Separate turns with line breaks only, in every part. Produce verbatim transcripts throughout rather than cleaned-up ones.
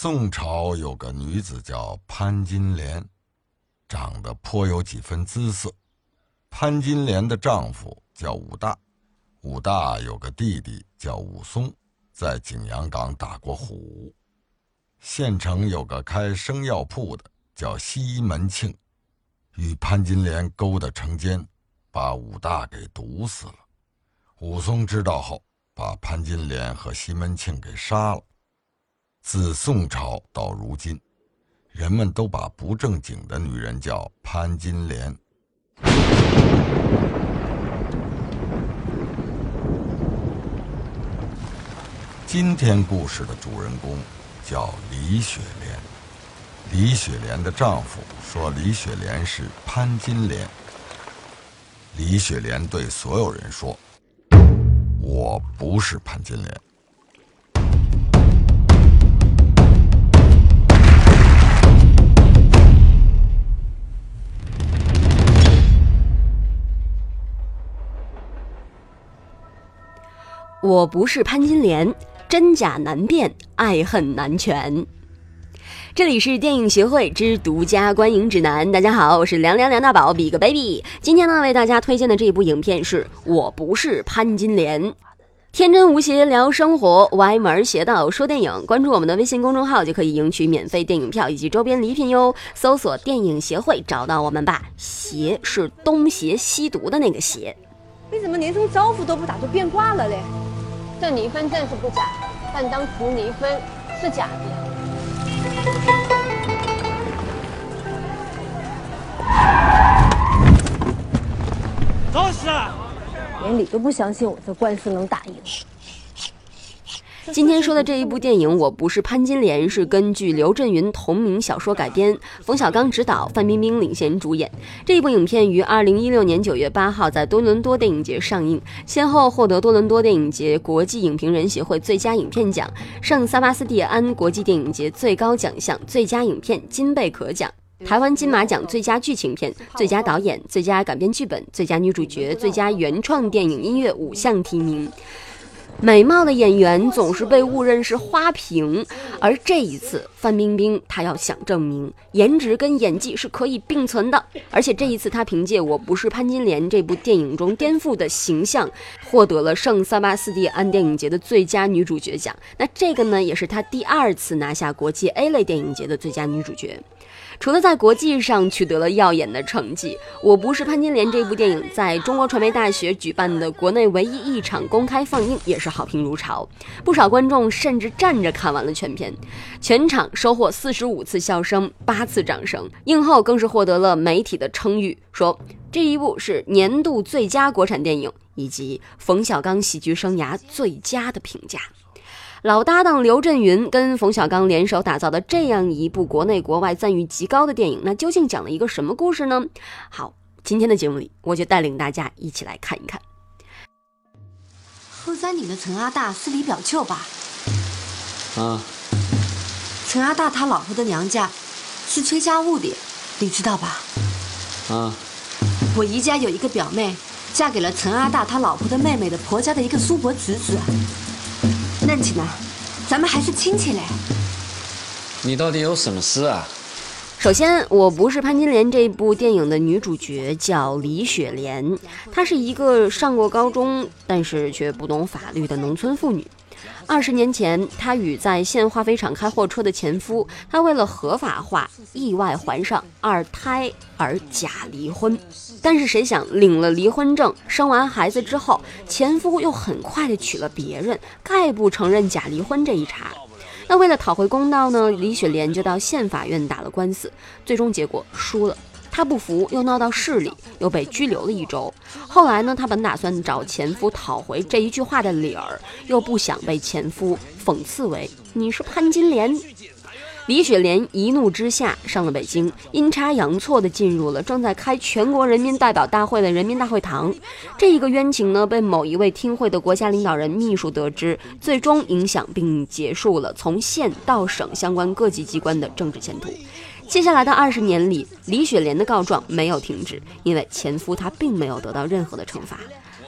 宋朝有个女子叫潘金莲，长得颇有几分姿色。潘金莲的丈夫叫武大，武大有个弟弟叫武松，在景阳冈打过虎。县城有个开生药铺的叫西门庆，与潘金莲勾搭成奸，把武大给毒死了。武松知道后，把潘金莲和西门庆给杀了。自宋朝到如今，人们都把不正经的女人叫潘金莲。今天故事的主人公叫李雪莲。李雪莲的丈夫说李雪莲是潘金莲。李雪莲对所有人说：我不是潘金莲。
我不是潘金莲，真假难辨，爱恨难全。这里是电影协会之独家观影指南。大家好，我是凉凉梁大宝 Big Baby。今天呢，为大家推荐的这一部影片是我不是潘金莲。天真无邪聊生活，歪门邪道说电影。关注我们的微信公众号就可以赢取免费电影票以及周边礼品哟。搜索电影协会找到我们吧。邪是东邪西毒的那个邪。
你怎么连声招呼都不打就变卦了嘞？
这离婚证是不假，但当初离婚是假的呀。
找死啊！
连理都不相信我这官司能打赢。
今天说的这一部电影《我不是潘金莲》是根据刘震云同名小说改编，冯小刚执导，范冰冰领衔主演。这一部影片于二零一六年九月八号在多伦多电影节上映，先后获得多伦多电影节国际影评人协会最佳影片奖、圣萨巴斯蒂安国际电影节最高奖项最佳影片金贝壳奖、台湾金马奖最佳剧情片、最佳导演、最佳改编剧本、最佳女主角、最佳原创电影音乐五项提名。美貌的演员总是被误认是花瓶，而这一次范冰冰她要想证明颜值跟演技是可以并存的，而且这一次她凭借《我不是潘金莲》这部电影中颠覆的形象，获得了圣萨巴斯蒂安电影节的最佳女主角奖。那这个呢，也是她第二次拿下国际 A 类电影节的最佳女主角。除了在国际上取得了耀眼的成绩，《我不是潘金莲》这部电影在中国传媒大学举办的国内唯一一场公开放映也是好评如潮，不少观众甚至站着看完了全片，全场收获四十五次笑声，八次掌声。映后更是获得了媒体的称誉，说这一部是年度最佳国产电影以及冯小刚喜剧生涯最佳的评价。老搭档刘震云跟冯小刚联手打造的这样一部国内国外赞誉极高的电影，那究竟讲了一个什么故事呢？好，今天的节目里，我就带领大家一起来看一看。
后山岭的陈阿大是李表舅吧？
啊。
陈阿大他老婆的娘家是崔家务的，你知道吧？
啊。
我姨家有一个表妹，嫁给了陈阿大他老婆的妹妹的婆家的一个叔伯侄子。嫩起呢，咱们还是亲戚嘞。
你到底有什么事啊？
首先，《我不是潘金莲》这部电影的女主角叫李雪莲，她是一个上过高中但是却不懂法律的农村妇女。二十年前，她与在县化肥厂开货车的前夫，她为了合法化意外怀上二胎而假离婚。但是谁想领了离婚证，生完孩子之后，前夫又很快的娶了别人，概不承认假离婚这一茬。那为了讨回公道呢，李雪莲就到县法院打了官司，最终结果输了。她不服，又闹到市里，又被拘留了一周。后来呢，她本打算找前夫讨回这一句话的理儿，又不想被前夫讽刺为你是潘金莲。李雪莲一怒之下上了北京，阴差阳错地进入了正在开全国人民代表大会的人民大会堂。这一个冤情呢，被某一位听会的国家领导人秘书得知，最终影响并结束了从县到省相关各级机关的政治前途。接下来的二十年里，李雪莲的告状没有停止，因为前夫他并没有得到任何的惩罚。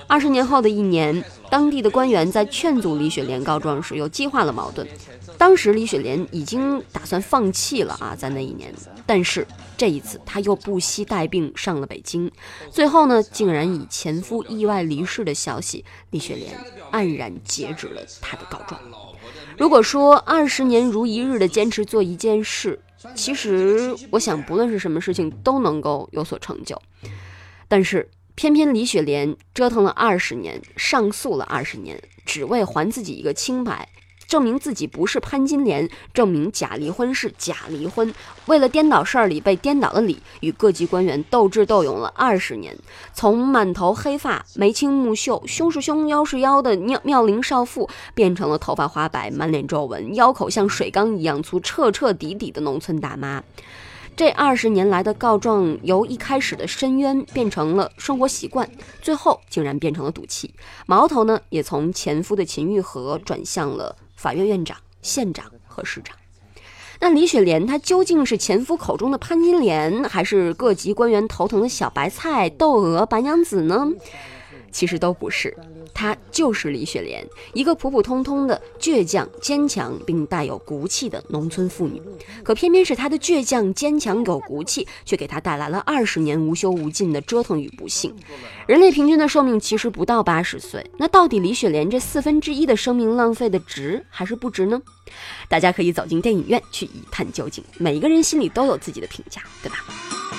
二十年后的一年，当地的官员在劝阻李雪莲告状时，又激化了矛盾。当时李雪莲已经打算放弃了啊，在那一年，但是这一次她又不惜带病上了北京，最后呢，竟然以前夫意外离世的消息，李雪莲黯然截止了她的告状。如果说二十年如一日的坚持做一件事，其实我想不论是什么事情都能够有所成就，但是偏偏李雪莲折腾了二十年，上诉了二十年，只为还自己一个清白，证明自己不是潘金莲，证明假离婚是假离婚。为了颠倒事儿里被颠倒的理，与各级官员斗智斗勇了二十年，从满头黑发、眉清目秀、胸是胸、腰是腰的妙龄少妇，变成了头发花白、满脸皱纹、腰口像水缸一样粗、彻彻底底的农村大妈。这二十年来的告状，由一开始的深渊变成了生活习惯，最后竟然变成了赌气。矛头呢，也从前夫的秦玉和转向了法院院长、县长和市长。那李雪莲她究竟是前夫口中的潘金莲，还是各级官员头疼的小白菜、窦娥、白娘子呢？其实都不是，她就是李雪莲，一个普普通通的倔强、坚强并带有骨气的农村妇女。可偏偏是她的倔强、坚强有骨气，却给她带来了二十年无休无尽的折腾与不幸。人类平均的寿命其实不到八十岁，那到底李雪莲这四分之一的生命浪费的值还是不值呢？大家可以走进电影院去一探究竟，每一个人心里都有自己的评价，对吧？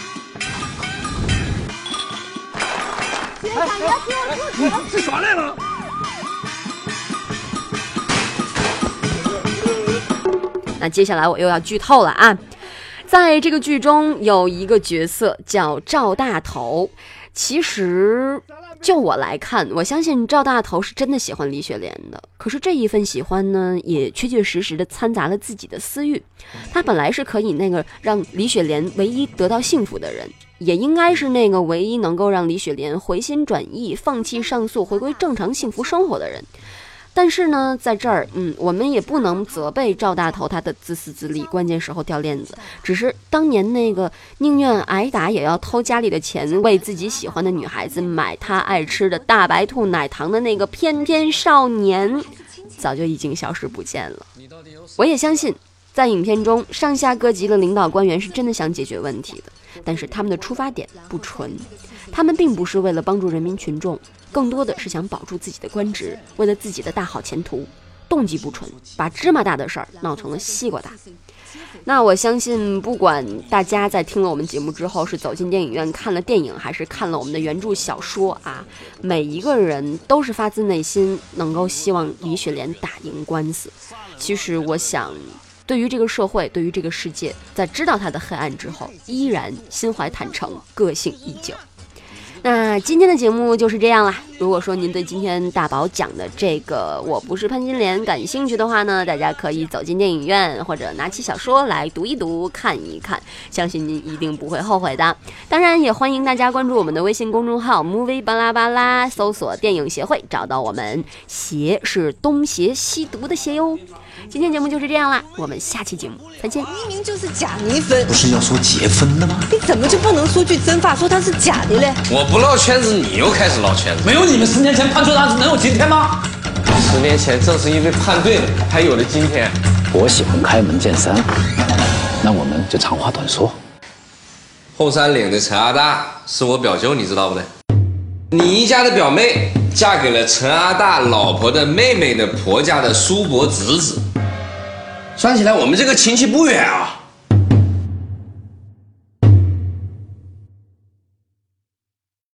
哎，你这耍赖了！
那接下来我又要剧透了啊！在这个剧中有一个角色叫赵大头，其实就我来看，我相信赵大头是真的喜欢李雪莲的，可是这一份喜欢呢，也确确实实的掺杂了自己的私欲。他本来是可以那个让李雪莲唯一得到幸福的人，也应该是那个唯一能够让李雪莲回心转意、放弃上诉、回归正常幸福生活的人。但是呢，在这儿，嗯，我们也不能责备赵大头他的自私自利，关键时候掉链子。只是当年那个宁愿挨打也要偷家里的钱，为自己喜欢的女孩子买她爱吃的大白兔奶糖的那个翩翩少年，早就已经消失不见了。我也相信，在影片中，上下各级的领导官员是真的想解决问题的，但是他们的出发点不纯，他们并不是为了帮助人民群众，更多的是想保住自己的官职，为了自己的大好前途，动机不纯，把芝麻大的事儿闹成了西瓜大。那我相信，不管大家在听了我们节目之后是走进电影院看了电影，还是看了我们的原著小说啊，每一个人都是发自内心能够希望李雪莲打赢官司。其实我想，对于这个社会，对于这个世界，在知道它的黑暗之后，依然心怀坦诚，个性依旧。那今天的节目就是这样啦。如果说您对今天大宝讲的这个我不是潘金莲感兴趣的话呢，大家可以走进电影院，或者拿起小说来读一读看一看，相信您一定不会后悔的。当然也欢迎大家关注我们的微信公众号 movie 巴拉巴拉，搜索电影协会找到我们，邪是东邪西毒的邪哟。今天节目就是这样啦，我们下期节目再见。
明明就是假离婚，
不是要说结婚的吗？
你怎么就不能说句真话，说它是假的嘞？
我不绕圈子，你又开始绕圈子。
没有你们十年前判错案子，能有今天吗？
十年前正是因为判对了，才有了今天。
我喜欢开门见山，那我们就长话短说。
后山岭的陈阿大是我表舅，你知道不对？你一家的表妹嫁给了陈阿大老婆的妹妹的婆家的叔伯侄子，算起来我们这个亲戚不远啊。